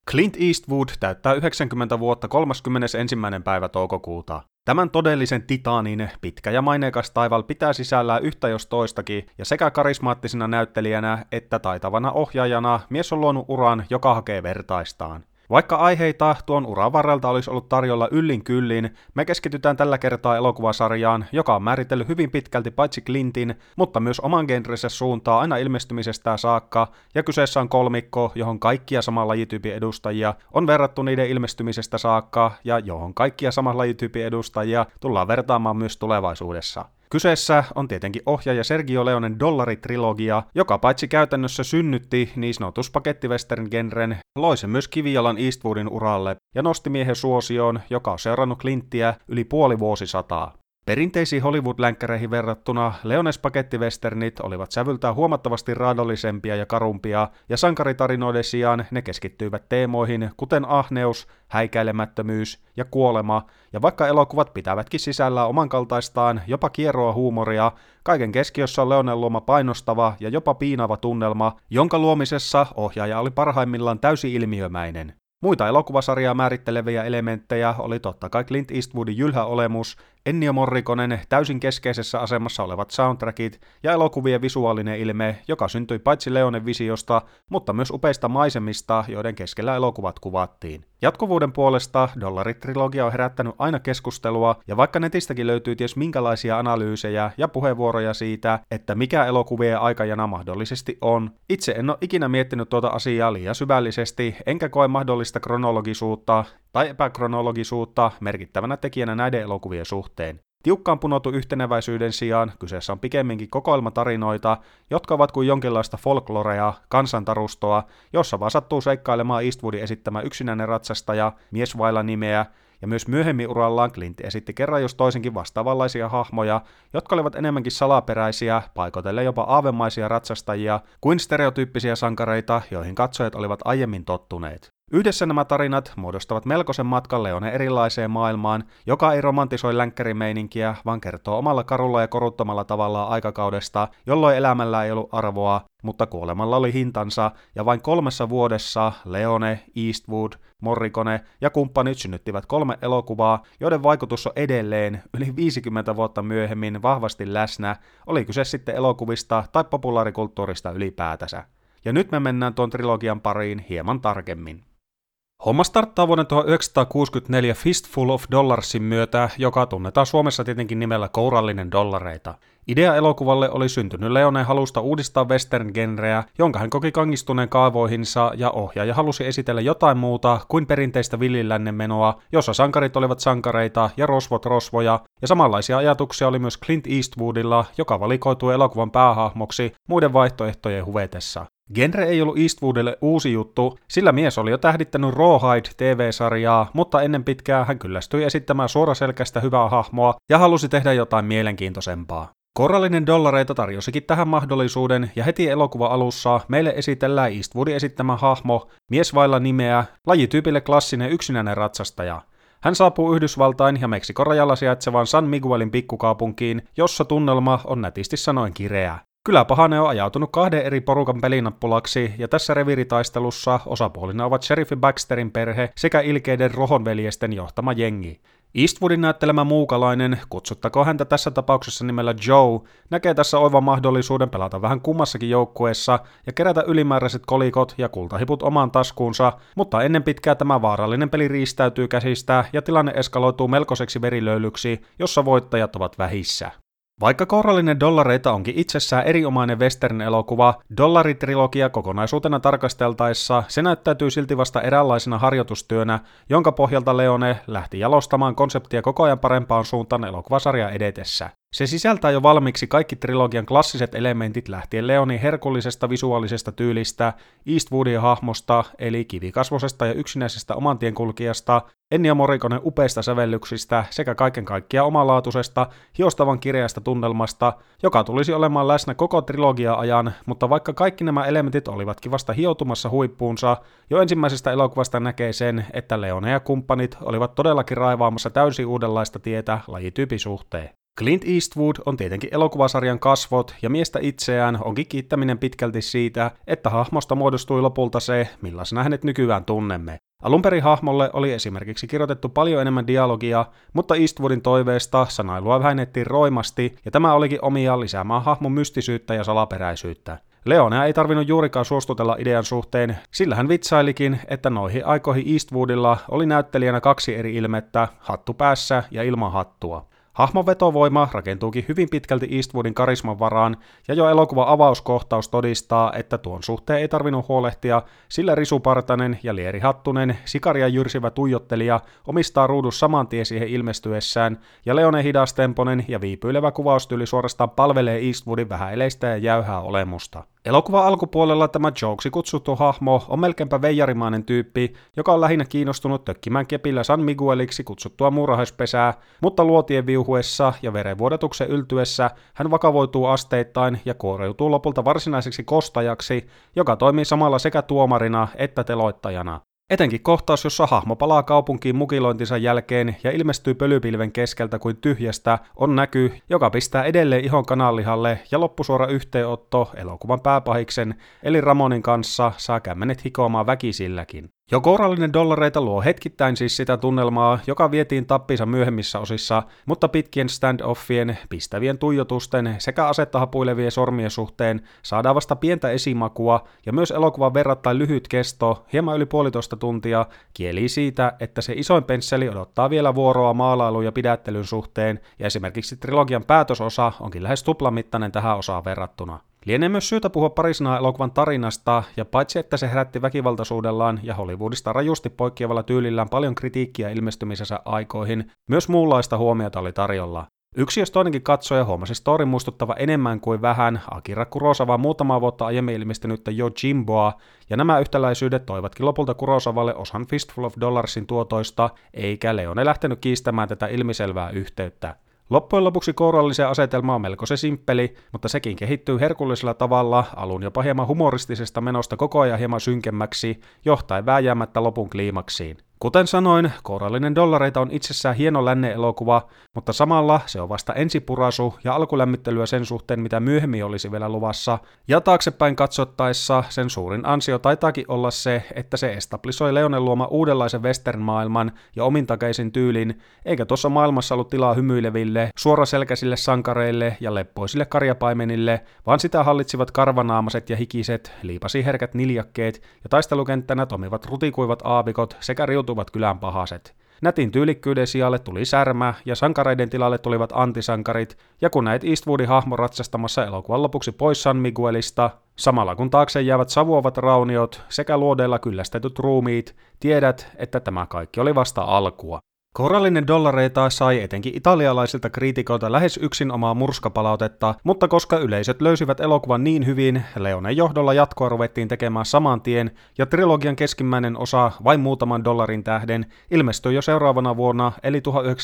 Clint Eastwood täyttää 90 vuotta 31. päivä toukokuuta. Tämän todellisen titaanin pitkä ja maineikas taival pitää sisällään yhtä jos toistakin, ja sekä karismaattisena näyttelijänä että taitavana ohjaajana mies on luonut uran, joka hakee vertaistaan. Vaikka aiheita tuon uran varrelta olisi ollut tarjolla yllin kyllin, me keskitytään tällä kertaa elokuvasarjaan, joka on määritellyt hyvin pitkälti paitsi Clintin, mutta myös oman genrensä suuntaa aina ilmestymisestään saakka, ja kyseessä on kolmikko, johon kaikkia saman lajityypin edustajia on verrattu niiden ilmestymisestä saakka, ja johon kaikkia saman lajityypin edustajia tullaan vertaamaan myös tulevaisuudessa. Kyseessä on tietenkin ohjaaja Sergio Leonen dollaritrilogia, joka paitsi käytännössä synnytti niin sanotun spagettivestern-genren, loi sen myös kivijalan Eastwoodin uralle ja nosti miehen suosioon, joka on seurannut Clinttiä yli puoli vuosisataa. Perinteisiin Hollywood-länkkäreihin verrattuna Leonen spagettivesternit olivat sävyltään huomattavasti raadollisempia ja karumpia, ja sankaritarinoiden sijaan ne keskittyivät teemoihin kuten ahneus, häikäilemättömyys ja kuolema, ja vaikka elokuvat pitävätkin sisällään omankaltaistaan jopa kieroa huumoria, kaiken keskiössä on Leonen luoma painostava ja jopa piinaava tunnelma, jonka luomisessa ohjaaja oli parhaimmillaan täysin ilmiömäinen. Muita elokuvasarjaa määritteleviä elementtejä oli totta kai Clint Eastwoodin jylhä olemus, Ennio Morriconen täysin keskeisessä asemassa olevat soundtrackit ja elokuvien visuaalinen ilme, joka syntyi paitsi Leonen visiosta, mutta myös upeista maisemista, joiden keskellä elokuvat kuvattiin. Jatkuvuuden puolesta dollaritrilogia on herättänyt aina keskustelua, ja vaikka netistäkin löytyy ties minkälaisia analyysejä ja puheenvuoroja siitä, että mikä elokuvien aikajana mahdollisesti on, itse en ole ikinä miettinyt tuota asiaa liian syvällisesti, enkä koe mahdollista kronologisuutta tai epäkronologisuutta merkittävänä tekijänä näiden elokuvien suhteen. Tiukkaan punotun yhteneväisyyden sijaan kyseessä on pikemminkin kokoelma tarinoita, jotka ovat kuin jonkinlaista folklorea, kansantarustoa, jossa vaan sattuu seikkailemaan Eastwoodin esittämä yksinäinen ratsastaja, mies vailla nimeä, ja myös myöhemmin urallaan Clint esitti kerran jos toisenkin vastaavanlaisia hahmoja, jotka olivat enemmänkin salaperäisiä, paikoitellen jopa aavemaisia ratsastajia, kuin stereotyyppisiä sankareita, joihin katsojat olivat aiemmin tottuneet. Yhdessä nämä tarinat muodostavat melkoisen matkan Leonen erilaiseen maailmaan, joka ei romantisoi länkkärimeininkiä, vaan kertoo omalla karulla ja koruttomalla tavallaan aikakaudesta, jolloin elämällä ei ollut arvoa, mutta kuolemalla oli hintansa, ja vain 3 vuodessa Leone, Eastwood, Morricone ja kumppanit synnyttivät 3 elokuvaa, joiden vaikutus on edelleen yli 50 vuotta myöhemmin vahvasti läsnä, oli kyse sitten elokuvista tai populaarikulttuurista ylipäätänsä. Ja nyt me mennään tuon trilogian pariin hieman tarkemmin. Homma starttaa vuoden 1964 Fistful of Dollarsin myötä, joka tunnetaan Suomessa tietenkin nimellä Kourallinen dollareita. Idea elokuvalle oli syntynyt Leonen halusta uudistaa western-genreä, jonka hän koki kangistuneen kaavoihinsa, ja ohjaaja halusi esitellä jotain muuta kuin perinteistä villilännen menoa, jossa sankarit olivat sankareita ja rosvot rosvoja, ja samanlaisia ajatuksia oli myös Clint Eastwoodilla, joka valikoitui elokuvan päähahmoksi muiden vaihtoehtojen huvetessa. Genre ei ollut Eastwoodille uusi juttu, sillä mies oli jo tähdittänyt Rawhide-TV-sarjaa, mutta ennen pitkää hän kyllästyi esittämään suoraselkäistä hyvää hahmoa ja halusi tehdä jotain mielenkiintoisempaa. Kourallinen dollareita tarjosikin tähän mahdollisuuden, ja heti elokuva alussa meille esitellään Eastwoodin esittämä hahmo, mies vailla nimeä, lajityypille klassinen yksinäinen ratsastaja. Hän saapuu Yhdysvaltain ja Meksikon rajalla sijaitsevaan San Miguelin pikkukaupunkiin, jossa tunnelma on nätisti sanoen kireä. Kyläpahane on ajautunut 2 eri porukan pelinappulaksi, ja tässä reviiritaistelussa osapuolina ovat sheriffi Baxterin perhe sekä ilkeiden Rohon-veljesten johtama jengi. Eastwoodin näyttelemä muukalainen, kutsuttakoon häntä tässä tapauksessa nimellä Joe, näkee tässä oivan mahdollisuuden pelata vähän kummassakin joukkueessa ja kerätä ylimääräiset kolikot ja kultahiput omaan taskuunsa, mutta ennen pitkää tämä vaarallinen peli riistäytyy käsistä ja tilanne eskaloituu melkoiseksi verilöylyksi, jossa voittajat ovat vähissä. Vaikka Kourallinen dollareita onkin itsessään erinomainen western-elokuva, dollaritrilogia kokonaisuutena tarkasteltaessa se näyttäytyy silti vasta eräänlaisena harjoitustyönä, jonka pohjalta Leone lähti jalostamaan konseptia koko ajan parempaan suuntaan elokuvasarjan edetessä. Se sisältää jo valmiiksi kaikki trilogian klassiset elementit lähtien Leonin herkullisesta visuaalisesta tyylistä, Eastwoodin hahmosta eli kivikasvosesta ja yksinäisestä omantienkulkijasta, Ennio Morriconen upeista sävellyksistä sekä kaiken kaikkiaan omalaatuisesta, hiostavan kireästä tunnelmasta, joka tulisi olemaan läsnä koko trilogia ajan, mutta vaikka kaikki nämä elementit olivatkin vasta hioutumassa huippuunsa, jo ensimmäisestä elokuvasta näkee sen, että Leone ja kumppanit olivat todellakin raivaamassa täysin uudenlaista tietä lajityypin suhteen. Clint Eastwood on tietenkin elokuvasarjan kasvot, ja miestä itseään onkin kiittäminen pitkälti siitä, että hahmosta muodostui lopulta se, millaisena hänet nykyään tunnemme. Alunperin hahmolle oli esimerkiksi kirjoitettu paljon enemmän dialogia, mutta Eastwoodin toiveesta sanailua vähennettiin roimasti, ja tämä olikin omiaan lisäämään hahmon mystisyyttä ja salaperäisyyttä. Leonea ei tarvinnut juurikaan suostutella idean suhteen, sillä hän vitsailikin, että noihin aikoihin Eastwoodilla oli näyttelijänä 2 eri ilmettä, hattu päässä ja ilman hattua. Hahmon vetovoima rakentuukin hyvin pitkälti Eastwoodin karisman varaan, ja jo elokuvan avauskohtaus todistaa, että tuon suhteen ei tarvinnut huolehtia, sillä risupartainen ja lierihattunen, sikaria jyrsivä tuijottelija omistaa ruudus saman tien siihen ilmestyessään, ja Leone hidastemponen ja viipyilevä kuvaustyyli suorastaan palvelee Eastwoodin vähäileistä ja jäyhää olemusta. Elokuvan alkupuolella tämä Jokeksi kutsuttu hahmo on melkeinpä veijarimainen tyyppi, joka on lähinnä kiinnostunut tökkimään kepillä San Migueliksi kutsuttua muurahaispesää, mutta luotien viuhuessa ja verenvuodatuksen yltyessä hän vakavoituu asteittain ja kuoriutuu lopulta varsinaiseksi kostajaksi, joka toimii samalla sekä tuomarina että teloittajana. Etenkin kohtaus, jossa hahmo palaa kaupunkiin mukilointinsa jälkeen ja ilmestyy pölypilven keskeltä kuin tyhjästä, on näky, joka pistää edelleen ihon kananlihalle, ja loppusuora yhteenotto elokuvan pääpahiksen eli Ramonin kanssa saa kämmenet hikoamaan väkisilläkin. Jo kourallinen dollareita luo hetkittäin siis sitä tunnelmaa, joka vietiin tappiinsa myöhemmissä osissa, mutta pitkien stand-offien, pistävien tuijotusten sekä asetta hapuilevien sormien suhteen saadaan vasta pientä esimakua, ja myös elokuvan verrattain lyhyt kesto, hieman yli 1,5 tuntia, kielii siitä, että se isoin pensseli odottaa vielä vuoroa maalailun ja pidättelyn suhteen, ja esimerkiksi trilogian päätösosa onkin lähes tuplamittainen tähän osaan verrattuna. Lienee myös syytä puhua pari sanaa elokuvan tarinasta, ja paitsi että se herätti väkivaltaisuudellaan ja Hollywoodista rajusti poikkeavalla tyylillään paljon kritiikkiä ilmestymisensä aikoihin, myös muunlaista huomiota oli tarjolla. Yksi jos toinenkin katsoja huomasi storin muistuttava enemmän kuin vähän Akira Kurosawaa muutamaa vuotta aiemmin ilmestynyttä Yojimboa, ja nämä yhtäläisyydet toivatkin lopulta Kurosavalle osan Fistful of Dollarsin tuotoista, eikä Leone lähtenyt kiistämään tätä ilmiselvää yhteyttä. Loppujen lopuksi kourallisen asetelma on melko se simppeli, mutta sekin kehittyy herkullisella tavalla alun jopa hieman humoristisesta menosta koko ajan hieman synkemmäksi, johtaen vääjäämättä lopun kliimaksiin. Kuten sanoin, kourallinen dollareita on itsessään hieno lännen elokuva, mutta samalla se on vasta ensipurasu ja alkulämmittelyä sen suhteen, mitä myöhemmin olisi vielä luvassa, ja taaksepäin katsottaessa sen suurin ansio taitaakin olla se, että se establisoi Leonen luoma uudenlaisen western-maailman ja omintakeisin tyylin, eikä tuossa maailmassa ollut tilaa hymyileville, suoraselkäisille sankareille ja leppoisille karjapaimenille, vaan sitä hallitsivat karvanaamaset ja hikiset, liipasiherkät niljakkeet ja taistelukenttänä toimivat rutikuivat aavikot sekä riutuvat kylän pahaset. Nätin tyylikkyyden sijalle tuli särmä, ja sankareiden tilalle tulivat antisankarit, ja kun näit Eastwoodin hahmo ratsastamassa elokuvan lopuksi pois San Miguelista, samalla kun taakse jäävät savuavat rauniot sekä luodeilla kyllästetyt ruumiit, tiedät, että tämä kaikki oli vasta alkua. Kourallinen dollareita sai etenkin italialaisilta kriitikoilta lähes yksinomaa murskapalautetta, mutta koska yleisöt löysivät elokuvan niin hyvin, Leonen johdolla jatkoa ruvettiin tekemään saman tien, ja trilogian keskimmäinen osa vain muutaman dollarin tähden ilmestyi jo seuraavana vuonna, eli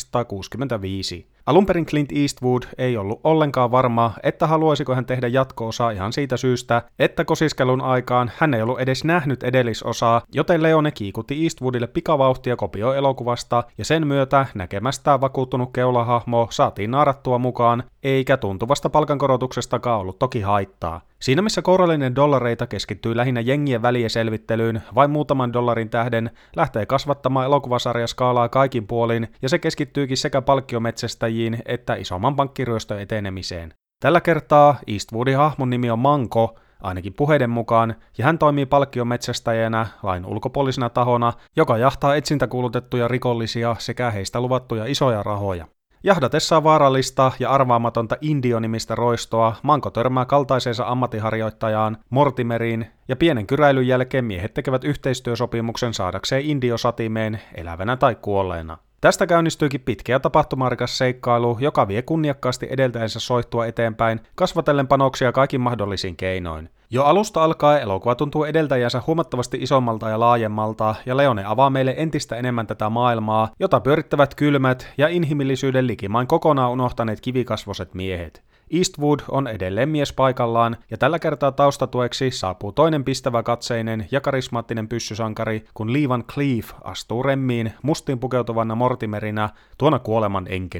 1965. Alunperin Clint Eastwood ei ollut ollenkaan varma, että haluaisiko hän tehdä jatko-osaa ihan siitä syystä, että kosiskelun aikaan hän ei ollut edes nähnyt edellisosaa, joten Leone kiikutti Eastwoodille pikavauhtia kopio elokuvasta, ja sen myötä näkemästään vakuuttunut keulahahmo saatiin naarattua mukaan, eikä tuntuvasta palkankorotuksestakaan ollut toki haittaa. Siinä missä kourallinen dollareita keskittyy lähinnä jengien välienselvittelyyn, vain muutaman dollarin tähden lähtee kasvattamaan elokuvasarjaskaalaa kaikin puolin, ja se keskittyykin sekä palkkiometsästäjiin että isomman pankkiryöstön etenemiseen. Tällä kertaa Eastwoodin hahmon nimi on Manko, ainakin puheiden mukaan, ja hän toimii palkkiometsästäjänä lain ulkopuolisena tahona, joka jahtaa etsintäkuulutettuja rikollisia sekä heistä luvattuja isoja rahoja. Jahdatessaan vaarallista ja arvaamatonta Indio-nimistä roistoa, Manko törmää kaltaiseensa ammattiharjoittajaan, Mortimeriin, ja pienen kyräilyn jälkeen miehet tekevät yhteistyösopimuksen saadakseen Indio satimeen, elävänä tai kuolleena. Tästä käynnistyykin pitkä ja tapahtumarikas seikkailu, joka vie kunniakkaasti edeltäensä soihtua eteenpäin, kasvatellen panoksia kaikin mahdollisin keinoin. Jo alusta alkaen elokuva tuntuu edeltäjänsä huomattavasti isommalta ja laajemmalta, ja Leone avaa meille entistä enemmän tätä maailmaa, jota pyörittävät kylmät ja inhimillisyyden likimain kokonaan unohtaneet kivikasvoiset miehet. Eastwood on edelleen mies paikallaan, ja tällä kertaa taustatueksi saapuu toinen pistäväkatseinen ja karismaattinen pyssysankari, kun Lee Van Cleef astuu remmiin mustiin pukeutuvana Mortimerina, tuona kuoleman enkelinä.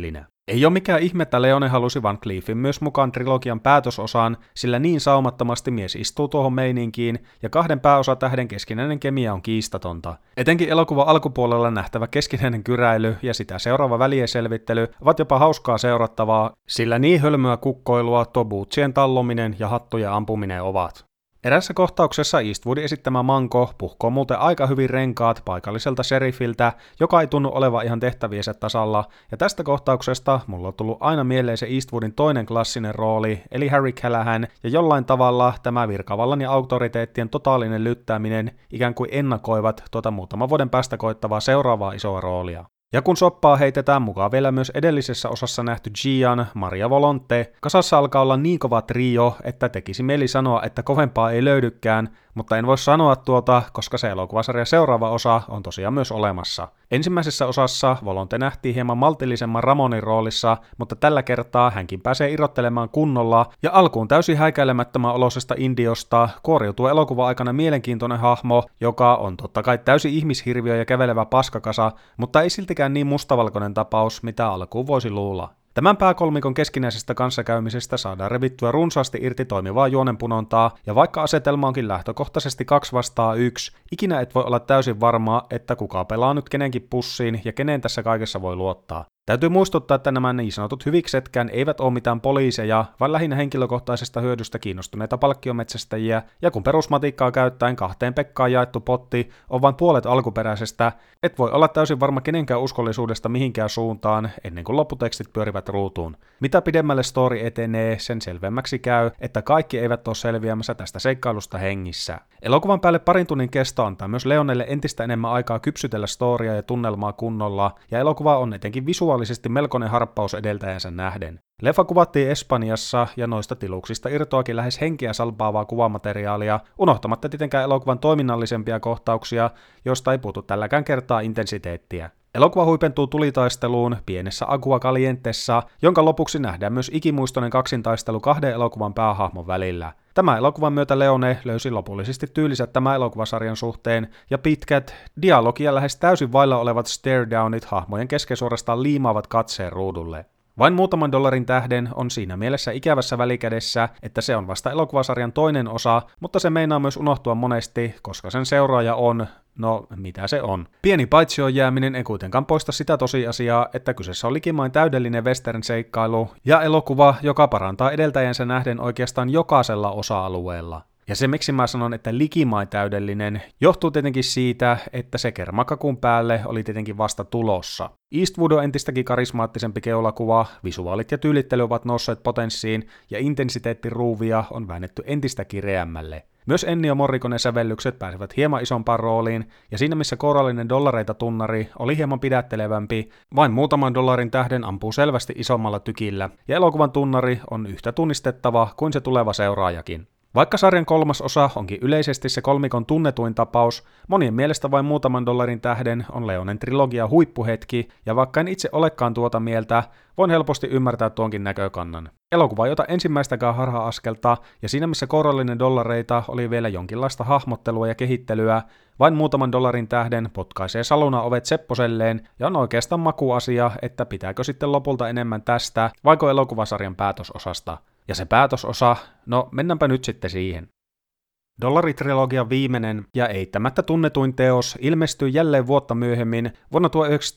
Ei ole mikään ihme, että Leone halusi Van Cleefin myös mukaan trilogian päätösosaan, sillä niin saumattomasti mies istuu tuohon meininkiin, ja kahden pääosatähden keskinäinen kemia on kiistatonta. Etenkin elokuvan alkupuolella nähtävä keskinäinen kyräily ja sitä seuraava välieselvittely ovat jopa hauskaa seurattavaa, sillä niin hölmöä kukkoilua tuo bootsien tallominen ja hattujen ampuminen ovat. Erässä kohtauksessa Eastwoodin esittämä Manko puhkoo muuten aika hyvin renkaat paikalliselta sheriffiltä, joka ei tunnu olevan ihan tehtäviensä tasalla, ja tästä kohtauksesta mulla on tullut aina mieleen se Eastwoodin toinen klassinen rooli, eli Harry Callahan, ja jollain tavalla tämä virkavallan ja auktoriteettien totaalinen lyttääminen ikään kuin ennakoivat tuota muutaman vuoden päästä koittavaa seuraavaa isoa roolia. Ja kun soppaa heitetään mukaan vielä myös edellisessä osassa nähty Gian, Maria Volonte, kasassa alkaa olla niin kova trio, että tekisi mieli sanoa, että kovempaa ei löydykään, mutta en voi sanoa tuota, koska se elokuvasarja seuraava osa on tosiaan myös olemassa. Ensimmäisessä osassa Volonte nähtiin hieman maltillisemman Ramonin roolissa, mutta tällä kertaa hänkin pääsee irrottelemaan kunnolla, ja alkuun täysin häikäilemättömän oloisesta Indiosta kuoriutuu elokuvan aikana mielenkiintoinen hahmo, joka on totta kai täysin ihmishirviö ja kävelevä paskakasa, mutta ei siltikään niin mustavalkoinen tapaus, mitä alkuun voisi luulla. Tämän pääkolmikon keskinäisestä kanssakäymisestä saadaan revittyä runsaasti irti toimivaa juonenpunontaa, ja vaikka asetelma onkin lähtökohtaisesti 2-1, ikinä et voi olla täysin varmaa, että kuka pelaa nyt kenenkin pussiin ja kenen tässä kaikessa voi luottaa. Täytyy muistuttaa, että nämä niin sanotut hyviksetkään eivät ole mitään poliiseja, vaan lähinnä henkilökohtaisesta hyödystä kiinnostuneita palkkiometsästäjiä, ja kun perusmatikkaa käyttäen 2 Pekkaan jaettu potti on vain puolet alkuperäisestä, et voi olla täysin varma kenenkään uskollisuudesta mihinkään suuntaan, ennen kuin lopputekstit pyörivät ruutuun. Mitä pidemmälle story etenee, sen selvemmäksi käy, että kaikki eivät ole selviämässä tästä seikkailusta hengissä. Elokuvan päälle parin tunnin kesto antaa myös Leonelle entistä enemmän aikaa kypsytellä storia ja tunnelmaa kunnolla, ja elokuva on etenkin visuaalisesti melkoinen harppaus edeltäjänsä nähden. Leffa kuvattiin Espanjassa, ja noista tiluksista irtoakin lähes henkeä salpaavaa kuvamateriaalia, unohtamatta tietenkään elokuvan toiminnallisempia kohtauksia, joista ei puutu tälläkään kertaa intensiteettiä. Elokuva huipentuu tulitaisteluun pienessä Agua Calientessa, jonka lopuksi nähdään myös ikimuistoinen kaksintaistelu 2 elokuvan päähahmon välillä. Tämän elokuvan myötä Leone löysi lopullisesti tyylisät tämän elokuvasarjan suhteen, ja pitkät, dialogia lähes täysin vailla olevat stare-downit hahmojen kesken suorastaan liimaavat katseen ruudulle. Vain muutaman dollarin tähden on siinä mielessä ikävässä välikädessä, että se on vasta elokuvasarjan toinen osa, mutta se meinaa myös unohtua monesti, koska sen seuraaja on, no mitä se on. Pieni paitsioon jääminen ei kuitenkaan poista sitä tosiasiaa, että kyseessä on likimain täydellinen western-seikkailu ja elokuva, joka parantaa edeltäjänsä nähden oikeastaan jokaisella osa-alueella. Ja se, miksi mä sanon, että likimain täydellinen, johtuu tietenkin siitä, että se kermakakun päälle oli tietenkin vasta tulossa. Eastwood on entistäkin karismaattisempi keulakuva, visuaalit ja tyylittely ovat nousseet potenssiin, ja intensiteettiruuvia on väännetty entistä kireämmälle. Myös Ennio Morriconen sävellykset pääsivät hieman isompaan rooliin, ja siinä missä kourallinen dollareita tunnari oli hieman pidättelevämpi, vain muutaman dollarin tähden ampuu selvästi isommalla tykillä, ja elokuvan tunnari on yhtä tunnistettava kuin se tuleva seuraajakin. Vaikka sarjan 3. osa onkin yleisesti se kolmikon tunnetuin tapaus, monien mielestä vain muutaman dollarin tähden on Leonen trilogia huippuhetki, ja vaikka en itse olekaan tuota mieltä, voin helposti ymmärtää tuonkin näkökannan. Elokuva ei ota ensimmäistäkään harha-askelta, ja siinä missä kourallinen dollareita oli vielä jonkinlaista hahmottelua ja kehittelyä, vain muutaman dollarin tähden potkaisee saluna ovet sepposelleen, ja on oikeastaan makuasia, että pitääkö sitten lopulta enemmän tästä, vaiko elokuvasarjan päätösosasta. Ja se päätösosa, no mennäänpä nyt sitten siihen. Dollaritrilogian viimeinen ja eittämättä tunnetuin teos ilmestyi jälleen vuotta myöhemmin vuonna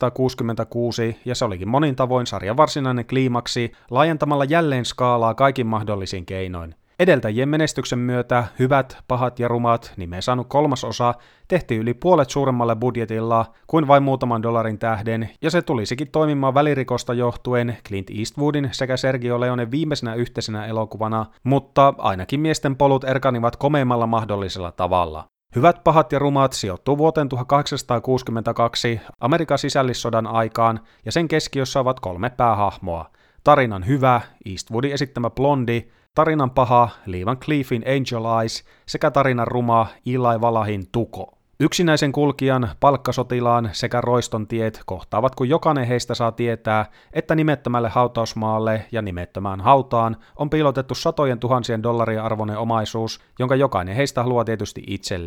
1966, ja se olikin monin tavoin sarjan varsinainen kliimaksi laajentamalla jälleen skaalaa kaikin mahdollisin keinoin. Edeltäjien menestyksen myötä Hyvät, pahat ja rumat nimeen saanut 3. osa tehtiin yli puolet suuremmalla budjetilla kuin vain muutaman dollarin tähden, ja se tulisikin toimimaan välirikosta johtuen Clint Eastwoodin sekä Sergio Leonen viimeisenä yhteisenä elokuvana, mutta ainakin miesten polut erkanivat komeimmalla mahdollisella tavalla. Hyvät, pahat ja rumat sijoittuu vuoteen 1862 Amerikan sisällissodan aikaan, ja sen keskiössä ovat 3 päähahmoa. Tarinan hyvä, Eastwoodin esittämä blondi, tarinan paha, Lee Van Cleefin Angel Eyes sekä tarinan ruma, Eli Wallachin Tuko. Yksinäisen kulkijan, palkkasotilaan sekä roiston tiet kohtaavat, kun jokainen heistä saa tietää, että nimettömälle hautausmaalle ja nimettömään hautaan on piilotettu satojen tuhansien dollarien arvoinen omaisuus, jonka jokainen heistä haluaa tietysti itselleen.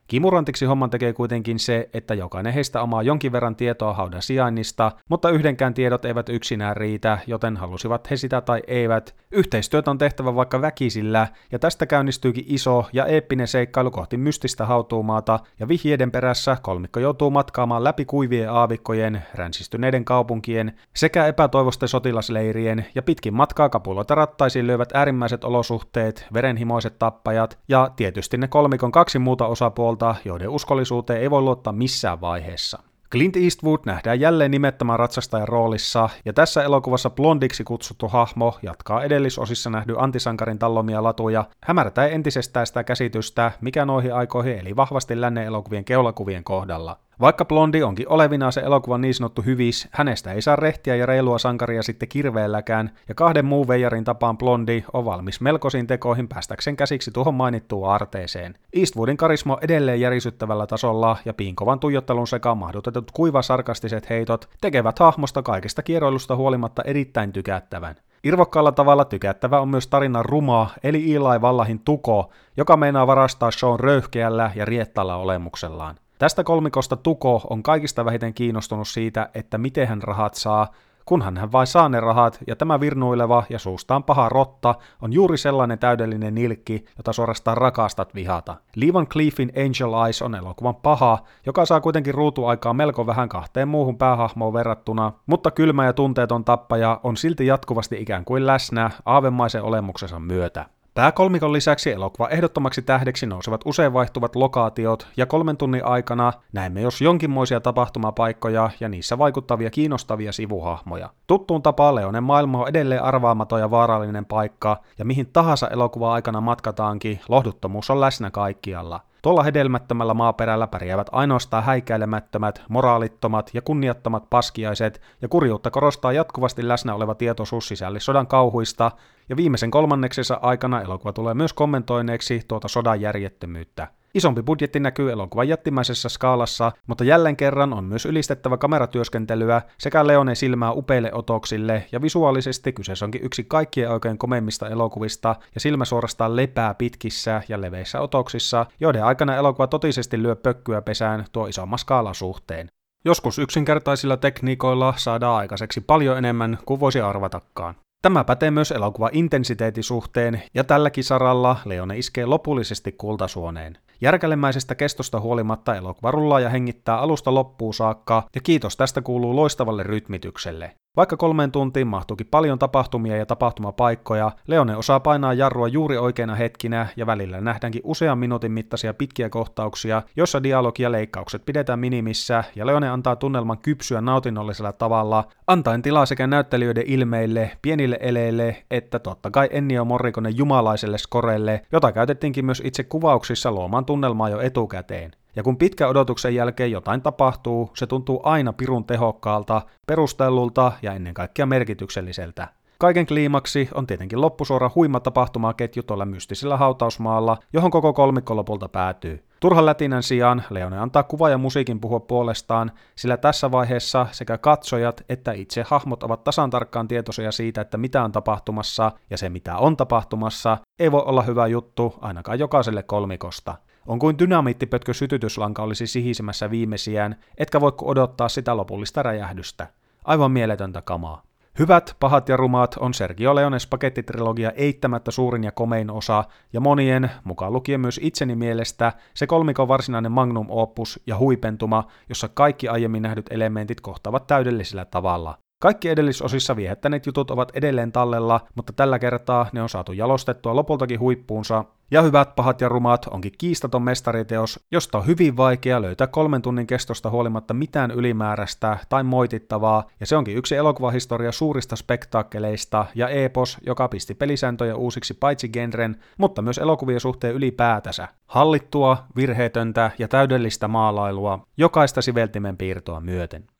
Kimurantiksi homman tekee kuitenkin se, että jokainen heistä omaa jonkin verran tietoa haudan sijainnista, mutta yhdenkään tiedot eivät yksinään riitä, joten halusivat he sitä tai eivät. Yhteistyötä on tehtävä vaikka väkisillä, ja tästä käynnistyykin iso ja eeppinen seikkailu kohti mystistä hautuumaata, ja vihjeiden perässä kolmikko joutuu matkaamaan läpi kuivien aavikkojen, ränsistyneiden kaupunkien sekä epätoivosten sotilasleirien, ja pitkin matkaa kapuloita rattaisiin lyövät äärimmäiset olosuhteet, verenhimoiset tappajat, ja tietysti ne kolmikon kaksi muuta osapuolta, joiden uskollisuuteen ei voi luottaa missään vaiheessa. Clint Eastwood nähdään jälleen nimettömän ratsastajan roolissa, ja tässä elokuvassa blondiksi kutsuttu hahmo jatkaa edellisosissa nähdyn antisankarin tallomia latuja, hämärtäen entisestään sitä käsitystä, mikä noihin aikoihin eli vahvasti lännen elokuvien keulakuvien kohdalla. Vaikka blondi onkin olevinaan se elokuvan niin sanottu hyvis, hänestä ei saa rehtiä ja reilua sankaria sitten kirveelläkään, ja kahden muun veijarin tapaan blondi on valmis melkoisiin tekoihin päästäkseen käsiksi tuohon mainittuun aarteeseen. Eastwoodin karisma on edelleen järisyttävällä tasolla, ja piinkovan tuijottelun sekaan mahdutetut kuiva-sarkastiset heitot tekevät hahmosta kaikesta kieroilusta huolimatta erittäin tykättävän. Irvokkaalla tavalla tykättävä on myös tarinan ruma, eli Eli Wallahin Tuko, joka meinaa varastaa Shawn röyhkeällä ja riettaalla olemuksellaan. Tästä kolmikosta Tuko on kaikista vähiten kiinnostunut siitä, että miten hän rahat saa, kunhan hän vain saa ne rahat, ja tämä virnuileva ja suustaan paha rotta on juuri sellainen täydellinen nilkki, jota suorastaan rakastat vihata. Lee Van Cleefin Angel Eyes on elokuvan paha, joka saa kuitenkin ruutuaikaa melko vähän kahteen muuhun päähahmoon verrattuna, mutta kylmä ja tunteeton tappaja on silti jatkuvasti ikään kuin läsnä aavemaisen olemuksensa myötä. Pääkolmikon lisäksi elokuva ehdottomaksi tähdeksi nousevat usein vaihtuvat lokaatiot, ja 3 tunnin aikana näemme jos jonkinmoisia tapahtumapaikkoja ja niissä vaikuttavia kiinnostavia sivuhahmoja. Tuttuun tapaan Leonen maailma on edelleen arvaamaton ja vaarallinen paikka, ja mihin tahansa elokuva aikana matkataankin, lohduttomuus on läsnä kaikkialla. Tuolla hedelmättömällä maaperällä pärjäävät ainoastaan häikäilemättömät, moraalittomat ja kunniattomat paskiaiset, ja kurjuutta korostaa jatkuvasti läsnä oleva tietoisuus sisällissodan kauhuista, ja viimeisen kolmanneksensa aikana elokuva tulee myös kommentoineeksi tuota sodan järjettömyyttä. Isompi budjetti näkyy elokuvan jättimäisessä skaalassa, mutta jälleen kerran on myös ylistettävä kameratyöskentelyä sekä Leonen silmää upeille otoksille, ja visuaalisesti kyseessä onkin yksi kaikkien oikein komeimmista elokuvista, ja silmä suorastaan lepää pitkissä ja leveissä otoksissa, joiden aikana elokuva totisesti lyö pökkyä pesään tuo isomman skaalan suhteen. Joskus yksinkertaisilla tekniikoilla saadaan aikaiseksi paljon enemmän kuin voisi arvatakaan. Tämä pätee myös elokuvan intensiteetin suhteen, ja tälläkin saralla Leone iskee lopullisesti kultasuoneen. Järkälemäisestä kestosta huolimatta elokuva rullaa ja hengittää alusta loppuun saakka, ja kiitos tästä kuuluu loistavalle rytmitykselle. Vaikka 3 tuntiin mahtuukin paljon tapahtumia ja tapahtumapaikkoja, Leone osaa painaa jarrua juuri oikeina hetkinä, ja välillä nähdäänkin usean minuutin mittaisia pitkiä kohtauksia, joissa dialogi ja leikkaukset pidetään minimissä, ja Leone antaa tunnelman kypsyä nautinnollisella tavalla, antaen tilaa sekä näyttelijöiden ilmeille, pienille eleille, että totta kai Ennio Morriconen jumalaiselle skorelle, jota käytettiinkin myös itse kuvauksissa luomaan tunnelmaa jo etukäteen. Ja kun pitkän odotuksen jälkeen jotain tapahtuu, se tuntuu aina pirun tehokkaalta, perustellulta ja ennen kaikkea merkitykselliseltä. Kaiken kliimaksi on tietenkin loppusuora huima tapahtumaketju tuolla mystisellä hautausmaalla, johon koko kolmikko lopulta päätyy. Turhan lätinän sijaan Leone antaa kuva ja musiikin puhua puolestaan, sillä tässä vaiheessa sekä katsojat että itse hahmot ovat tasan tarkkaan tietoisia siitä, että mitä on tapahtumassa, ja se mitä on tapahtumassa ei voi olla hyvä juttu ainakaan jokaiselle kolmikosta. On kuin dynamiittipötkö sytytyslanka olisi sihisemässä viimeisiään, etkä voi odottaa sitä lopullista räjähdystä. Aivan mieletöntä kamaa. Hyvät, pahat ja rumat on Sergio Leonen spagettitrilogia eittämättä suurin ja komein osa, ja monien, mukaan lukien myös itseni mielestä, se kolmikon varsinainen magnum opus ja huipentuma, jossa kaikki aiemmin nähdyt elementit kohtaavat täydellisellä tavalla. Kaikki edellisosissa viehättäneet jutut ovat edelleen tallella, mutta tällä kertaa ne on saatu jalostettua lopultakin huippuunsa, ja Hyvät, pahat ja rumat onkin kiistaton mestariteos, josta on hyvin vaikea löytää 3 tunnin kestosta huolimatta mitään ylimääräistä tai moitittavaa, ja se onkin yksi elokuvahistoria suurista spektaakkeleista ja epos, joka pisti pelisääntöjä uusiksi paitsi genren, mutta myös elokuvien suhteen ylipäätänsä. Hallittua, virheetöntä ja täydellistä maalailua, jokaista siveltimen piirtoa myöten.